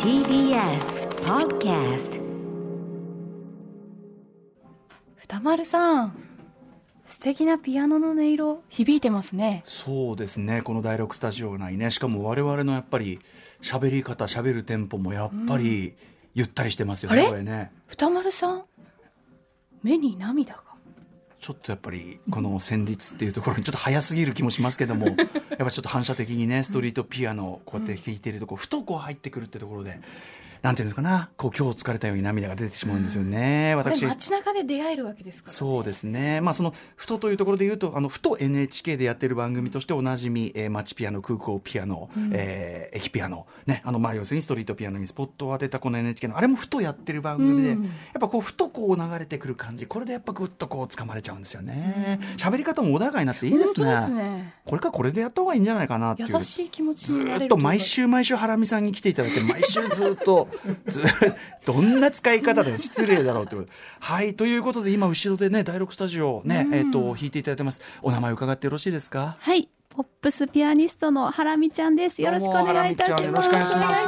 TBS Podcast。 歌丸さん、素敵なピアノの音色響いてますね。 そうですね、この第6スタジオ内ね、しかも我々のやっぱり喋り方、喋るテンポもやっぱりゆったりしてますよね、これね。 歌丸さん、目に涙が。 ちょっとやっぱりこの旋律っていうところにちょっと早すぎる気もしますけどもやっぱちょっと反射的にね、ストリートピアノをこうやって弾いているとこうふとこう入ってくるってところで、なんていうんですかな、こう今日疲れたように涙が出てしまうんですよね、私。 街中で出会えるわけですからね。 そうですね、そのふとというところで言うと、ふと NHK でやってる番組としておなじみ、街ピアノ、空港ピアノ、駅ピアノ、ね、要するにストリートピアノにスポットを当てたこの NHK のあれもふとやってる番組で、やっぱこうふとこう流れてくる感じ、これでやっぱぐっとこう掴まれちゃうんですよね。喋り方も穏やかになっていいですね。 本当ですね。 これからこれでやった方がいいんじゃないかなっていう。 優しい気持ちになれる。 ずっと毎週ハラミさんに来ていただいて、毎週ずっとどんな使い方で失礼だろうということで、はい、ということで今後ろでね、第6スタジオね、弾いていただいてます。お名前伺ってよろしいですか？ はい、ポップスピアニストのハラミちゃんです。よろしくお願いいたします。 よろしくお願いします。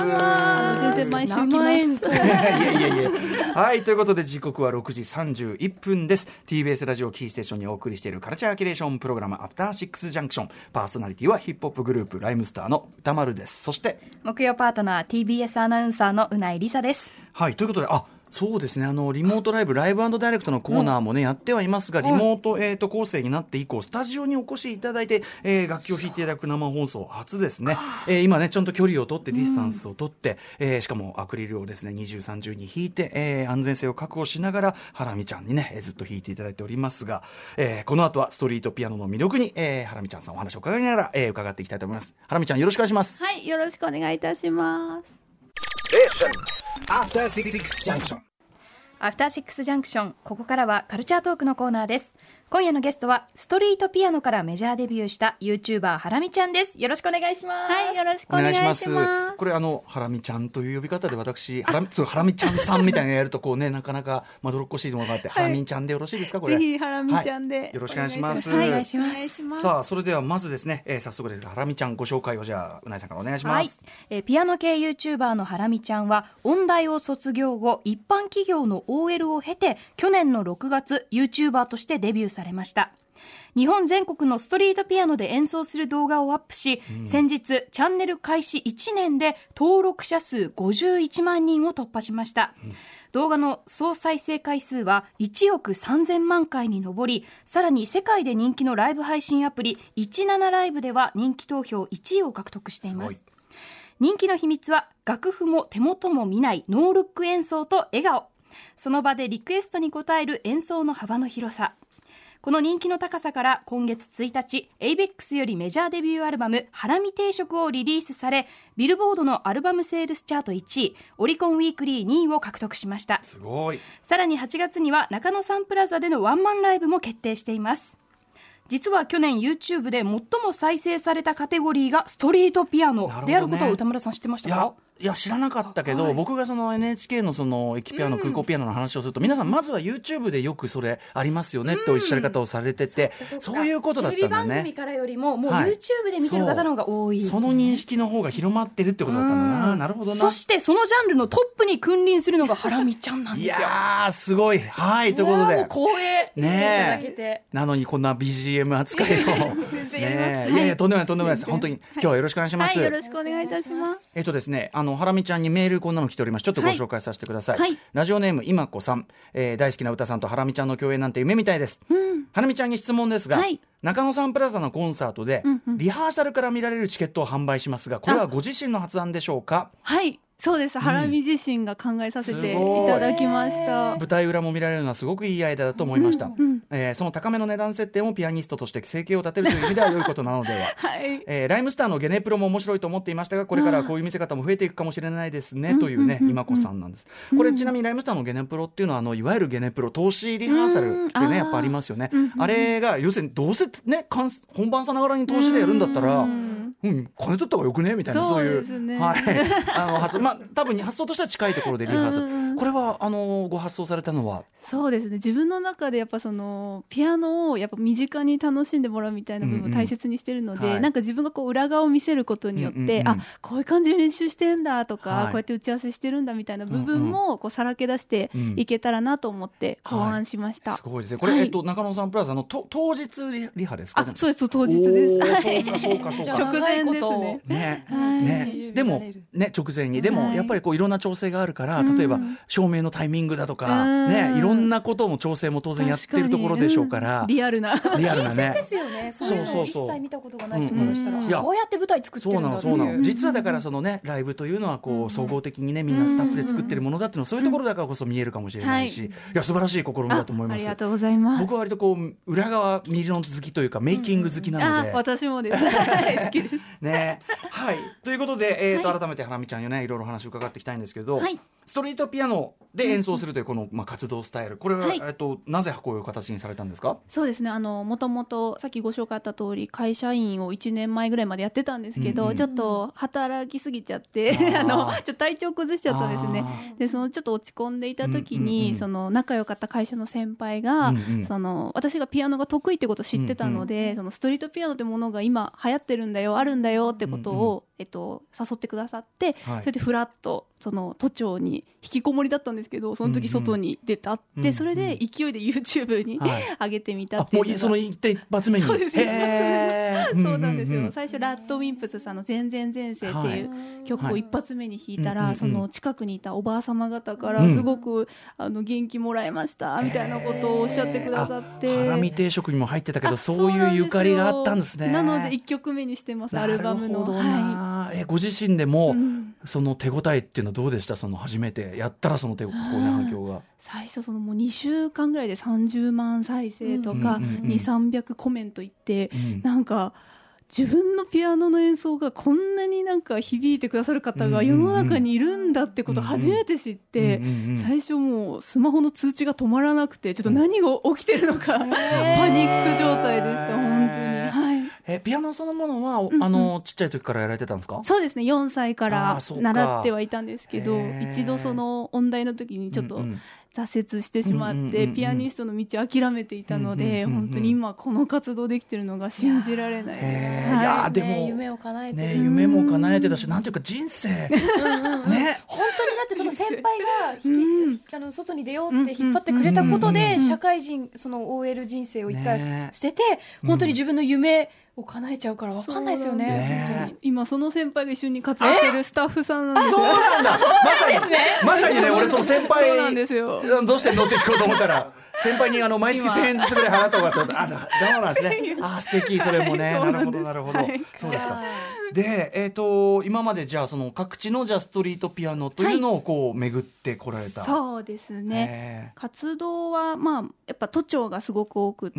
全然毎週来ます。 いやはい、ということで時刻は6時31分です。 TBS ラジオキーステーションにお送りしているカルチャーキュレーションプログラム、アフターシックスジャンクション。パーソナリティはヒップホップグループライムスターの歌丸です。そして木曜パートナー TBS アナウンサーのうないりさです。 はい、ということで、そうですね、リモートライブダイレクトのコーナーもね、やってはいますが、リモート構成になって以降、スタジオにお越しいただいて、楽器を弾いていただく生放送初ですね。今ね、ちゃんと距離を取ってディスタンスを取って、しかもアクリルをですね20、30に弾いて、安全性を確保しながらハラミちゃんにね、ずっと弾いていただいておりますが、この後はストリートピアノの魅力に、ハラミちゃんさんお話を伺いながら、伺っていきたいと思います。ハラミちゃん、よろしくお願いします。 はい、よろしくお願いいたします。 アフターシックスジャンクション。 アフターシックスジャンクション、ここからはカルチャートークのコーナーです。今夜のゲストはストリートピアノからメジャーデビューした YouTuber ハラミちゃんです。よろしくお願いします。 はい、よろしくお願いします。 これハラミちゃんという呼び方で、私ハラミちゃんさんみたいなのやるとこうね、なかなかまどろっこしいものがあって、ハラミちゃんでよろしいですか？これぜひハラミちゃんで、 よろしくお願いします。 お願いします。 さあ、それではまずですね、早速ですが、ハラミちゃんご紹介をじゃあうないさんからお願いします。 はい、ピアノ系 YouTuber のハラミちゃんは音大を卒業後、一般企業の OL を経て去年の6月 YouTuber としてデビューされました。日本全国のストリートピアノで演奏する動画をアップし、先日チャンネル開始1年で登録者数51万人を突破しました。動画の総再生回数は1億3000万回に上り、さらに世界で人気のライブ配信アプリ17ライブでは人気投票1位を獲得しています。人気の秘密は楽譜も手元も見ないノールック演奏と笑顔、その場でリクエストに応える演奏の幅の広さ。この人気の高さから今月1日 ABEX よりメジャーデビューアルバムハラミ定食をリリースされ、ビルボードのアルバムセールスチャート1位、オリコンウィークリー2位を獲得しました。 すごい。 さらに8月には中野サンプラザでのワンマンライブも決定しています。実は去年 YouTube で最も再生されたカテゴリーがストリートピアノであることを歌村さん知ってましたか？ いや知らなかったけど、僕がその NHK のその駅ピアノ、空港ピアノの話をすると、皆さんまずは YouTube でよくそれありますよねっておっしゃり方をされてて、そういうことだったんだね。テレビ番組からよりももう YouTube で見てる方の方が多い、その認識の方が広まってるってことだったんだな。なるほどな。そしてそのジャンルのトップに君臨するのがハラミちゃんなんですよ。いやーすごい。はい、ということでもう光栄ねえ、 なのにこんな BGM 扱いを全然やります。いやいや、とんでもないです。本当に今日はよろしくお願いします。 はい、よろしくお願いいたします。 ですね、ハラミちゃんにメールこんなの来ております。ちょっとご紹介させてください。はい、ラジオネーム今子さん、大好きな歌さんとハラミちゃんの共演なんて夢みたいです。ハラミちゃんに質問ですが、中野サンプラザのコンサートで、リハーサルから見られるチケットを販売しますが、これはご自身の発案でしょうか？ はい、そうです。ハラミ自身が考えさせていただきました。 舞台裏も見られるのはすごくいいアイデアだと思いました。その高めの値段設定もピアニストとして生計を立てるという意味では良いことなのでは。はい、ライムスターのゲネプロも面白いと思っていましたが、これからはこういう見せ方も増えていくかもしれないですね、というね、今子さんなんです。これちなみにライムスターのゲネプロっていうのはいわゆるゲネプロ投資リハーサルってね、やっぱありますよね。あれが要するにどうせね、本番さながらに投資でやるんだったら、金取った方がよくねみたいな、そういう、はい、多分発想としては近いところでリハーサルこれはご発想されたのは？ そうですね、自分の中でやっぱそのピアノをやっぱ身近に楽しんでもらうみたいな部分を大切にしてるので、 はい、 なんか自分がこう裏側を見せることによって、あ、こういう感じで練習してんだとか、はい、こうやって打ち合わせしてるんだみたいな部分もこうさらけ出していけたらなと思って考案しました、 はい、すごいですね。これ、はい、中野サンプラザの当日リハですか？ そうです、当日です。 そうか直前ですね。でもね、直前にでもやっぱりこういろんな調整があるから、例えば照明のタイミングだとか、ね、いろんなことも調整も当然やってるところでしょうから、 リアルなね。新鮮ですよね。そういうのを一切見たことがない人からしたら、こうやって舞台作ってるんだっていう。 実はだからそのね、ライブというのはこう総合的にね、みんなスタッフで作ってるものだっていうのはそういうところだからこそ見えるかもしれないし、いや素晴らしい試みだと思います。 ありがとうございます。 僕は割とこう裏側見るの好きというかメイキング好きなので、 私もです好きですね。はい、ということで、改めてハラミちゃんにねいろいろ話を伺っていきたいんですけど、ストリートピアノで演奏するというこの、活動スタイル、これは、なぜこういう形にされたんですか？ そうですね、もともとさっきご紹介あった通り会社員を1年前ぐらいまでやってたんですけど、ちょっと働きすぎちゃってちょっと体調崩しちゃったんですね。でそのちょっと落ち込んでいた時に、その仲良かった会社の先輩が、その私がピアノが得意ってことを知ってたので、そのストリートピアノってものが今流行ってるんだよ、あるんだよってことを、誘ってくださって、それでフラッとその都庁に引きこもりだったんですけど、その時外に出たって、それで勢いで YouTube に上げてみたっていうのが、 もうその一発目に。 そうです、一発目そうなんですよ。最初ラッドウィンプスさんの前前前世っていう曲を一発目に弾いたら、その近くにいたおばあ様方からすごく元気もらいましたみたいなことをおっしゃってくださって、 ハラミ定食にも入ってたけどそういうゆかりがあったんですね。 なので1曲目にしてます、アルバムの。 ご自身でも、その手応えっていうのはどうでした？その初めてやったらその反響が。 最初そのもう2週間ぐらいで30万再生とか2、300コメントいって、なんか自分のピアノの演奏がこんなになんか響いてくださる方が世の中にいるんだってことを初めて知って、最初もうスマホの通知が止まらなくて、ちょっと何が起きてるのかパニック状態でした本当に。 ピアノそのものは、ちっちゃい時からやられてたんですか？ そうですね、4歳から習ってはいたんですけど、一度その音大の時にちょっと挫折してしまって、ピアニストの道を諦めていたので、本当に今この活動できてるのが信じられないです。 いやでも夢を叶えてる、 夢も叶えてたし、なんていうか人生ね、 本当にだってその先輩が外に出ようって引っ張ってくれたことで、社会人その OL 人生を一回捨てて、本当に自分の夢を叶えちゃうから分かんないですよね。本当に今その先輩が一緒に活動してるスタッフさんなんですよ。 そうなんだ。まさにね、俺その先輩そうなんですよ。 どうしてんのって聞こうと思ったら、先輩に毎月1000円ずつぐらい払った方がって、そうなんですね。素敵、それもね。なるほどなるほど。そうですか。で、今までじゃあその各地のじゃあストリートピアノというのをこう巡ってこられた。 そうですね。活動はやっぱ都庁がすごく多くって、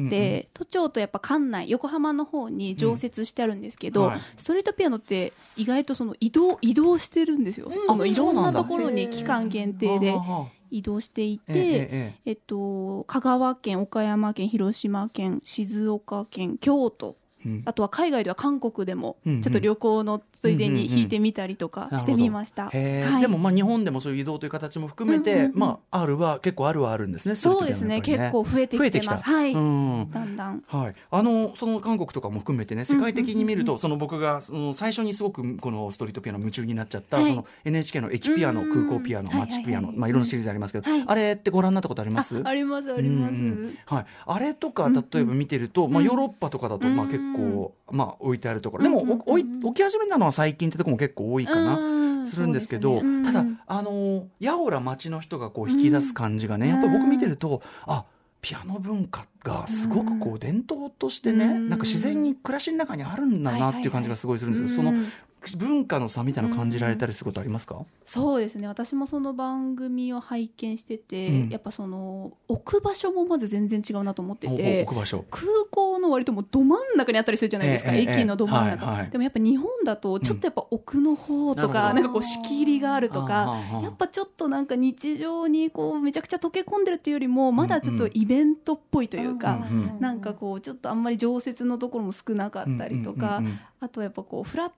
都庁とやっぱ関内横浜の方に常設してあるんですけど、ストリートピアノって意外とその移動してるんですよ。いろんなところに期間限定で移動していて、香川県、岡山県、広島県、静岡県、京都、あとは海外では韓国でもちょっと旅行のついでに弾いてみたりとかしてみました。 でも日本でもそういう移動という形も含めて、R は結構あるんですね。 そうですね、結構増えてきてます。だんだん。 その韓国とかも含めてね、世界的に見ると、その僕が最初にすごくこのストリートピアノ夢中になっちゃった、その NHK の駅ピアノ、空港ピアノ、街ピアノ、いろんなシリーズありますけど、あれってご覧になったことあります？ ありますあります。 あれとか例えば見てると、ヨーロッパとかだと結構置いてあるところでも置き始めたのは最近ってところも結構多いかなするんですけど、ただやおら街の人がこう引き出す感じがね、やっぱり僕見てるとピアノ文化がすごくこう伝統としてね、なんか自然に暮らしの中にあるんだなっていう感じがすごいするんですけど、その文化の差みたいなの感じられたりすることありますか？ そうですね、私もその番組を拝見してて、やっぱその置く場所もまず全然違うなと思ってて、 置く場所、 空港の割ともうど真ん中にあったりするじゃないですか、駅のど真ん中、でもやっぱ日本だとちょっとやっぱ奥の方とか、なんかこう仕切りがあるとか、やっぱちょっとなんか日常にこうめちゃくちゃ溶け込んでるっていうよりも、まだちょっとイベントっぽいというか、なんかこうちょっとあんまり常設のところも少なかったりとか、あとやっぱこうフラッと弾く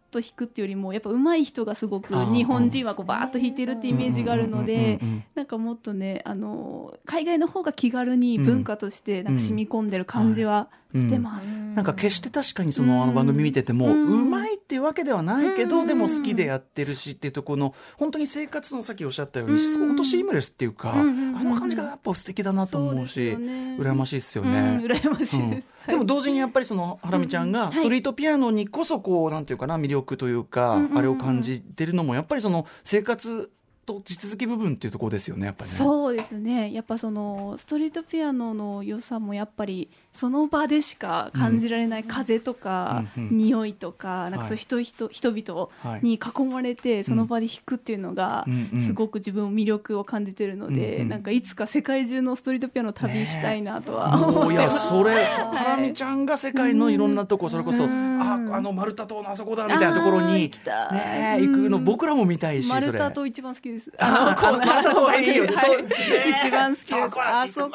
っていうよりもやっぱ上手い人がすごく日本人はこうバーッと弾いてるってイメージがあるので、なんかもっとね海外の方が気軽に文化としてなんか染み込んでる感じはしてます。 なんか決して確かにあの番組見ててもうまいっていうわけではないけど、でも好きでやってるしっていうところの本当に生活のさっきおっしゃったように本当シームレスっていうか、あの感じがやっぱ素敵だなと思うし、羨ましいですよね。 羨ましいです。 でも同時にやっぱりハラミちゃんがストリートピアノにこそこうなんていうかな、魅力というかあれを感じてるのもやっぱり生活と地続き部分っていうところですよね、やっぱりね。 そうですね。やっぱストリートピアノの良さもやっぱりその場でしか感じられない風とか、匂いとか、なんかそういう人々に囲まれてその場で弾くっていうのがすごく自分魅力を感じてるので、なんかいつか世界中のストリートピアノを旅したいなとは思ってます。 いやハラミちゃんが世界のいろんなとこ、それこそマルタ島のあそこだみたいなところに行くの僕らも見たいし、 マルタ島一番好きです。 マルタ島はいいよね。 一番好きです。あそこ。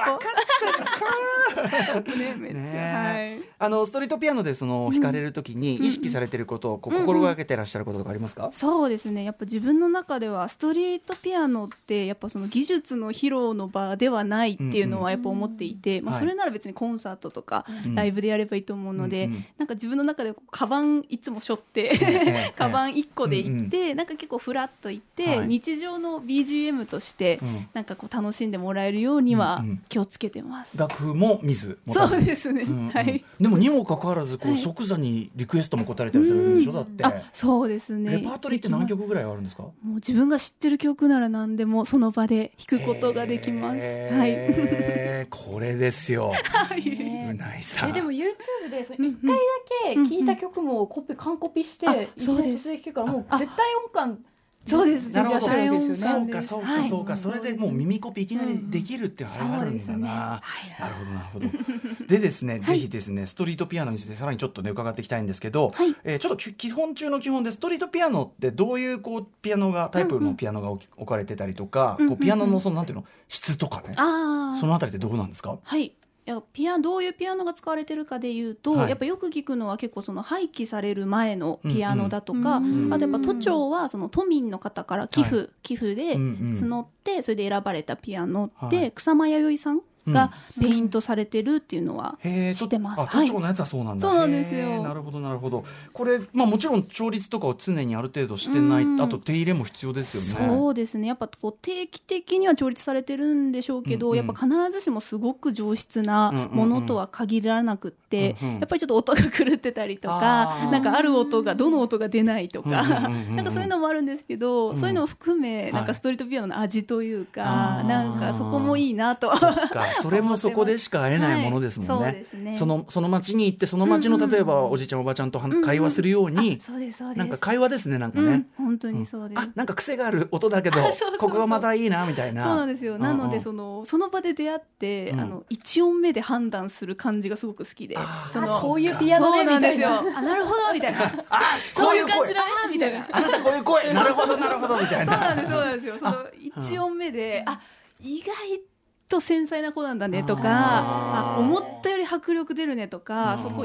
ストリートピアノで弾かれるときに意識されてることを心がけてらっしゃることとかありますか？ そうですね。やっぱ自分の中ではストリートピアノってやっぱ技術の披露の場ではないっていうのはやっぱ思っていて、それなら別にコンサートとかライブでやればいいと思うので、なんか自分の中でカバンいつも背負ってカバン1個で行って、なんか結構フラッと行って日常の BGM としてなんかこう楽しんでもらえるようには気をつけてます。 楽譜も見ず持たず。 そうですね。はい。 でもにもかかわらず即座にリクエストも答えたりするんでしょ、だって。 そうですね。 レパートリーって何曲ぐらいあるんですか？ もう自分が知ってる曲なら何でもその場で弾くことができます。はい。 これですよ。うないさん。 でも YouTube で1回だけ聴いた曲も完コピしてそうです。 弾くからもう絶対音感。 そうです。 なるほど。 そうかそうか、それでもう耳コピいきなりできるっていうのがあるんだな。なるほど。でですね、ぜひですね、ストリートピアノについてさらにちょっとね伺っていきたいんですけど、ちょっと基本中の基本でストリートピアノってどういうピアノがタイプのピアノが置かれてたりとか、ピアノのなんていうの質とかね、そのあたりってどうなんですか？ はい。どういうピアノが使われてるかでいうと、やっぱよく聞くのは結構廃棄される前のピアノだとか、あとやっぱ都庁は都民の方から寄付で募ってそれで選ばれたピアノで、草間彌生さんがペイントされてるっていうのは知ってます。 都庁のやつはそうなんだ。 そうなんですよ。 なるほど。これもちろん調律とかを常にある程度してない、あと手入れも必要ですよね。 そうですね。やっぱ定期的には調律されてるんでしょうけど、やっぱ必ずしもすごく上質なものとは限らなくって、やっぱりちょっと音が狂ってたりとか、なんかある音がどの音が出ないとか、なんかそういうのもあるんですけど、そういうのを含めなんかストリートピアノの味というか、なんかそこもいいなと。 それもそこでしか会えないものですもんね。 そうですね。 その町に行ってその町の例えばおじいちゃんおばちゃんと会話するように、なんか会話ですね、なんかね。 本当にそうです。 なんか癖がある音だけどここがまたいいなみたいな。 そうなんですよ。なのでその場で出会って1音目で判断する感じがすごく好きで、 そういうピアノねみたいな。 なるほどみたいな。 そういう感じだなみたいな。 あなたこういう声。なるほどみたいな。 そうなんですよ。1音目で意外と繊細な子なんだねとか、思ったより迫力出るねとか、そこ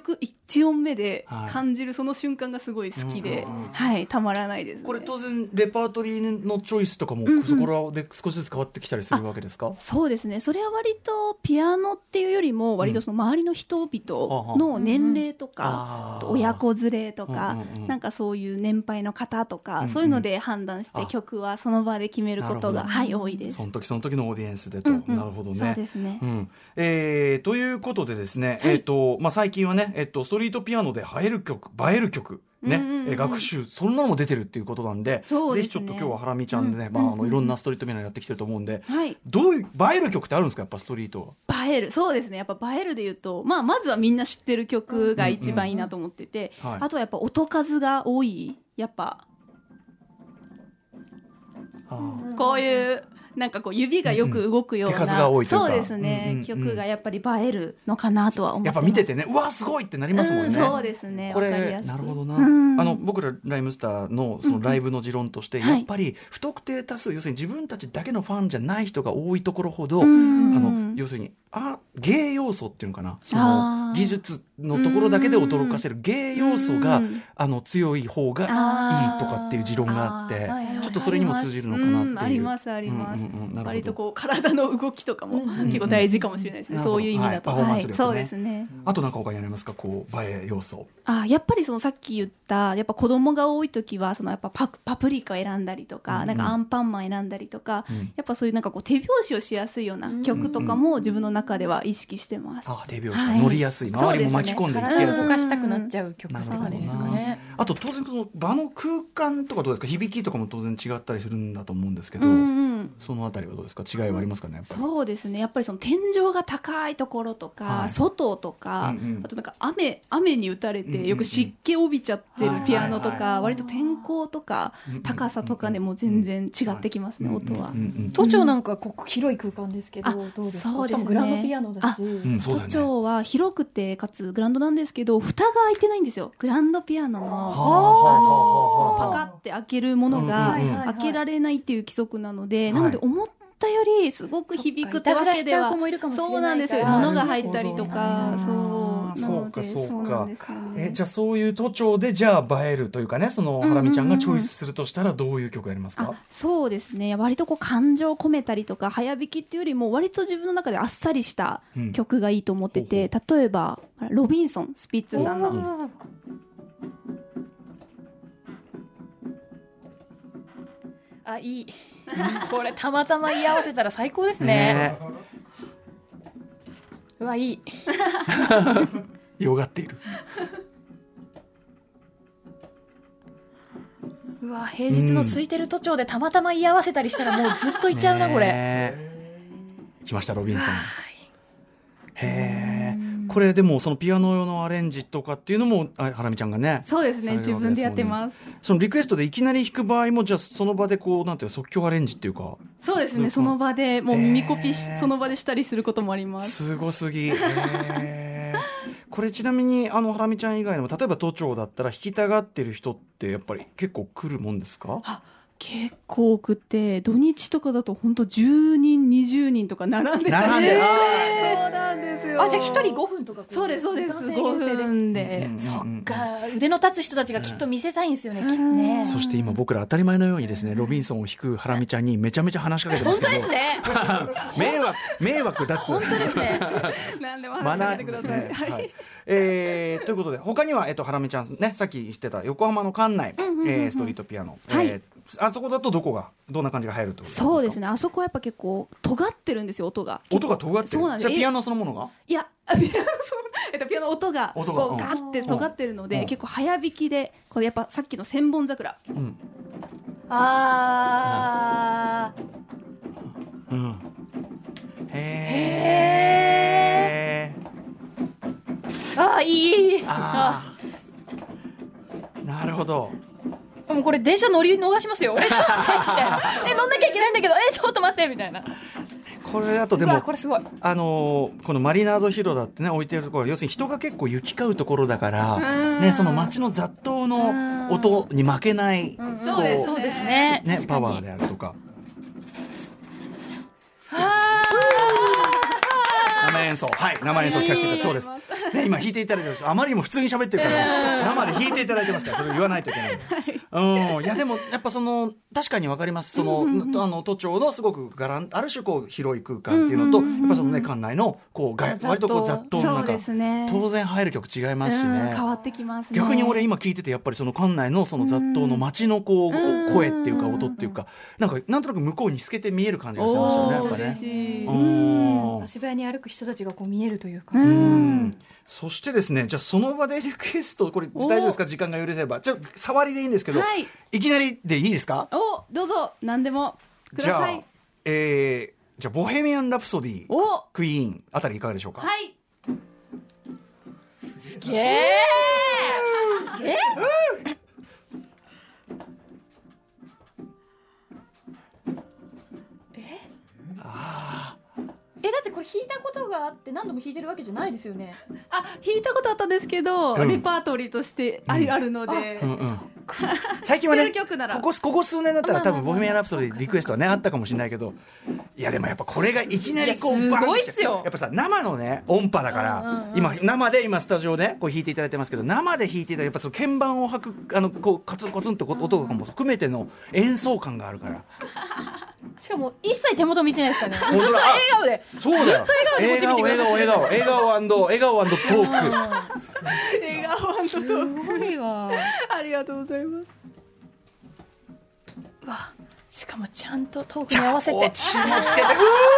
1音目で感じるその瞬間がすごい好きで、たまらないですね。 これ当然レパートリーのチョイスとかもそこらで少しずつ変わってきたりするわけですか？ そうですね。それは割とピアノっていうよりも割と周りの人々の年齢とか、親子連れとか、なんかそういう年配の方とか、そういうので判断して曲はその場で決めることが多いです。 その時のオーディエンスでと。なるほどね。 そうですね。 ということでですね、最近はね、ストリートピアノで映える曲ね、学習そんなのも出てるっていうことなんで、ぜひちょっと今日はハラミちゃんでね、いろんなストリートピアノやってきてると思うんで、どういう映える曲ってあるんですか？やっぱストリートは。 映える、そうですね。やっぱ映えるで言うと、まずはみんな知ってる曲が一番いいなと思ってて、あとはやっぱ音数が多い、やっぱこういうなんかこう指がよく動くような、 手数が多いというか、 そうですね、曲がやっぱり映えるのかなとは思ってます。 やっぱ見ててね、うわすごいってなりますもんね。 そうですね。 これわかりやすい。 なるほどな。僕らライムスターのそのライブの持論として、やっぱり不特定多数、要するに自分たちだけのファンじゃない人が多いところほど、要するに芸要素っていうのかな、その技術のところだけで驚かせる芸要素が強い方がいいとかっていう持論があって、ちょっとそれにも通じるのかなっていう。 ありますあります、割とこう体の動きとかも結構大事かもしれないですね、そういう意味だと、 パフォーマンス力ね。 そうですね。 あとなんか他にありますか、こう映え要素。 やっぱりそのさっき言ったやっぱ子供が多い時はそのやっぱパプリカを選んだりとか、なんかアンパンマン選んだりとか、やっぱそういうなんかこう手拍子をしやすいような曲とかも自分の中では意識してます。 手拍子が乗りやすい、周りも巻き込んでいきやすい、 体を動かしたくなっちゃう曲とかですかね。 あと当然その場の空間とかどうですか、響きとかも当然違ったりするんだと思うんですけど、そのあたりはどうですか、違いはありますかね。やっぱりそうですね、やっぱりその天井が高いところとか、外とか、あとなんか雨に打たれてよく湿気帯びちゃってるピアノとか、割と天候とか高さとかでも全然違ってきますね、音は。 都庁なんか広い空間ですけど、どうですか。 そうですね、 しかもグランドピアノだし、 都庁は広くてかつグランドなんですけど、蓋が開いてないんですよ。グランドピアノのパカって開けるものが開けられないっていう規則なので、なので思ったよりすごく響くってわけでは、そうなんですよ、物が入ったりとか、 そうかそうか。じゃあそういう都庁でじゃあ映えるというかね、そのハラミちゃんがチョイスするとしたらどういう曲やりますか。 そうですね、割とこう感情を込めたりとか早弾きっていうよりも割と自分の中であっさりした曲がいいと思ってて、例えばロビンソンスピッツさんのいいこれたまたま居合わせたら最高ですね。うわ、いいよがっている。 うわ、平日の空いてる都庁でたまたま居合わせたりしたらもうずっといっちゃうな、これ。 来ましたロビンソン。へー、これでもそのピアノ用のアレンジとかっていうのもハラミちゃんがね。 そうですね、自分でやってます。 そのリクエストでいきなり弾く場合も、じゃあその場でこうなんていう即興アレンジっていうか。 そうですね、その場でもう耳コピその場でしたりすることもあります。 すごすぎ。これちなみにハラミちゃん以外でも例えば都庁だったら弾きたがってる人ってやっぱり結構来るもんですか。 結構多くて、土日とかだと本当10人20人とか並んでたり。そうなんですよ。 じゃあ1人5分とか。 そうですそうです、5分で。 そっか、腕の立つ人たちがきっと見せたいんですよね、きっとね。 そして今僕ら当たり前のようにですね、ロビンソンを弾くハラミちゃんにめちゃめちゃ話しかけてますけど。 本当ですね。 迷惑だっつ。 本当ですね。 何でも話しかけてください。 はい。ということで他にはハラミちゃんね、さっき言ってた横浜の関内ストリートピアノ、あそこだとどんな感じが入るってことですか。 そうですね、あそこはやっぱ結構尖ってるんですよ、音が尖ってる。そうなんです。 ピアノそのものが、いやピアノ音がこうガッて尖ってるので、結構早弾きで、これやっぱさっきの千本桜、 いい。 なるほど。 もうこれ電車乗り逃しますよ。ちょっと待ってみたいな。乗んなきゃいけないんだけど、ちょっと待ってみたいな。 これだとでもこれすごい。 このマリナード広場ってね置いてるところは要するに人が結構行き交うところだからね、その街の雑踏の音に負けない、 そうですね。 パワーであるとか。生演奏聞かせていただいて、そうですね、今弾いていただいてます。あまりにも普通に喋ってるから生で弾いていただいてますから、それ言わないといけない。いやでもやっぱ確かに分かります。その都庁のすごくある種こう広い空間っていうのと、やっぱそのね館内のこう割とこう雑踏の中、当然入る曲違いますしね。 変わってきますね。 逆に俺今聞いててやっぱりその館内のその雑踏の街のこう声っていうか音っていうか、なんとなく向こうに透けて見える感じがしてましたよね、やっぱね。 足早に歩く人たちがこう見えるというか。 そしてですね、じゃあその場でリクエスト、これ大丈夫ですか、時間が許せば。触りでいいんですけど、いきなりでいいですか。 どうぞ、何でもください。 じゃあボヘミアン・ラプソディ、クイーンあたりいかがでしょうか。 すげえ。だってこれ弾いたことがあって何度も弾いてるわけじゃないですよね。 弾いたことあったんですけど、レパートリーとしてあるので。 最近はね知ってる曲ならここ数年だったら多分ボヘミアン・ラプソディリクエストはねあったかもしれないけど、いやでもやっぱこれがいきなりこういやすごいっすよバーンってやっぱさ生のね音波だから、生でスタジオでこう弾いていただいてますけど、生で弾いていただいてやっぱその鍵盤をはくこうコツンコツンと音とかも含めての演奏感があるから。 しかも一切手元見てないですからね。 本当だずっと笑顔で。 そうだよ、 ずっと笑顔でこっち見てください。 笑顔トーク。 笑顔すごいわ。 ありがとうございます。 うわ、しかもちゃんとトークに合わせて。 オチもつけて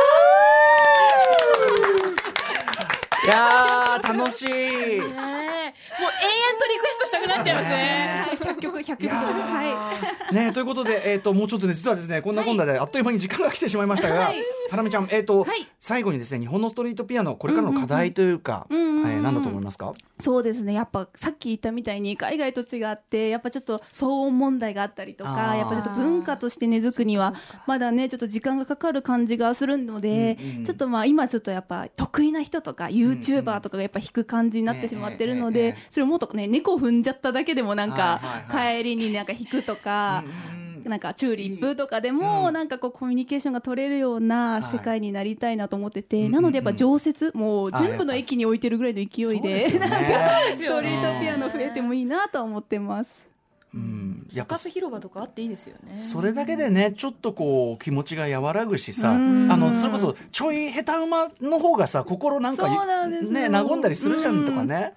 いやー楽しい。 ねえ、もう永遠とリクエストしたくなっちゃいますね。 100曲いやはね、ということで、もうちょっとね実はですねこんなこんなであっという間に時間が来てしまいましたが、ハラミちゃん、最後にですね日本のストリートピアノこれからの課題というか何だと思いますか？ そうですね、やっぱさっき言ったみたいに海外と違ってやっぱちょっと騒音問題があったりとか、やっぱちょっと文化として根付くにはまだねちょっと時間がかかる感じがするので、ちょっと今ちょっとやっぱ得意な人とか YouTuber とかがやっぱ弾く感じになってしまってるので、それをもっとね猫踏んじゃっただけでもなんか帰りになんか弾くとか、なんかチューリップとかでもなんかこうコミュニケーションが取れるような世界になりたいなと思ってて、なのでやっぱ常設もう全部の駅に置いてるぐらいの勢いでストリートピアノ増えてもいいなと思ってます。 やっぱサカス広場とかあっていいですよね。 それだけでねちょっとこう気持ちが和らぐしさ、それこそちょい下手馬の方がさ心なんかね和んだりするじゃんとかね。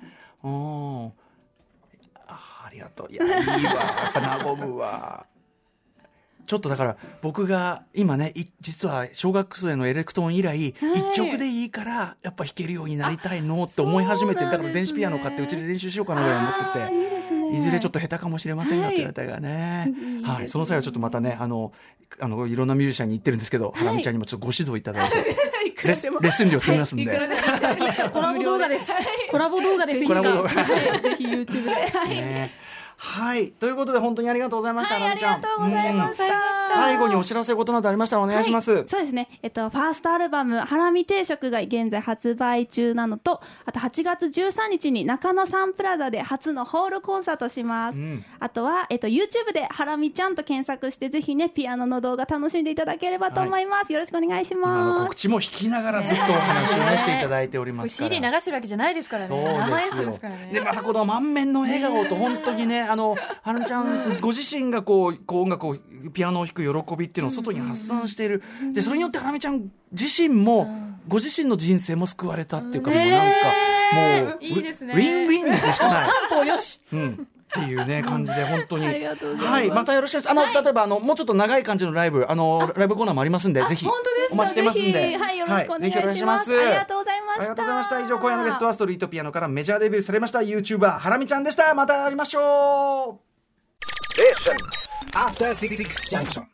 ありがとう。いやいいわ、やっぱ和むわ。ちょっとだから僕が今ね実は小学生のエレクトーン以来、一曲でいいからやっぱ弾けるようになりたいのって思い始めて、だから電子ピアノ買ってうちで練習しようかなぐらい思ってて、いずれちょっと下手かもしれませんがって言われたらね、その際はちょっとまたねいろんなミュージシャンに言ってるんですけど、ハラミちゃんにもちょっとご指導いただいてレッスン料積みますんで、 コラボ動画です。コラボ動画です。 コラボ動画ぜひ YouTube ではい、ということで本当にありがとうございました。 ありがとうございました。 最後にお知らせことなどありましたらお願いします。 そうですね、ファーストアルバムハラミ定食が現在発売中なのと、あと8月13日に中野サンプラザで初のホールコンサートします。あとは、YouTube でハラミちゃんと検索してぜひねピアノの動画楽しんでいただければと思います。よろしくお願いします。 今の告知も弾きながらずっとお話をねしていただいておりますから。 CD 流してるわけじゃないですからね。 そうですよ。でまたこの満面の笑顔と本当にねハラミちゃんご自身がこう音楽をピアノを弾く喜びっていうのを外に発散している。でそれによってハラミちゃん自身もご自身の人生も救われたっていうか、もうなんかもういいですね。 ウィンウィンでしかない。 三方よし。 っていうね感じで本当にありがとうございます。 はい、またよろしくです。例えばもうちょっと長い感じのライブライブコーナーもありますんで、ぜひ本当ですか。 お待ちしてますんで、 はい、よろしくお願いします。 ぜひお願いします。 ありがとうございました。 ありがとうございました。以上今夜のゲストはストリートピアノからメジャーデビューされました YouTuber ハラミちゃんでした。また会いましょう。 After 66 junction.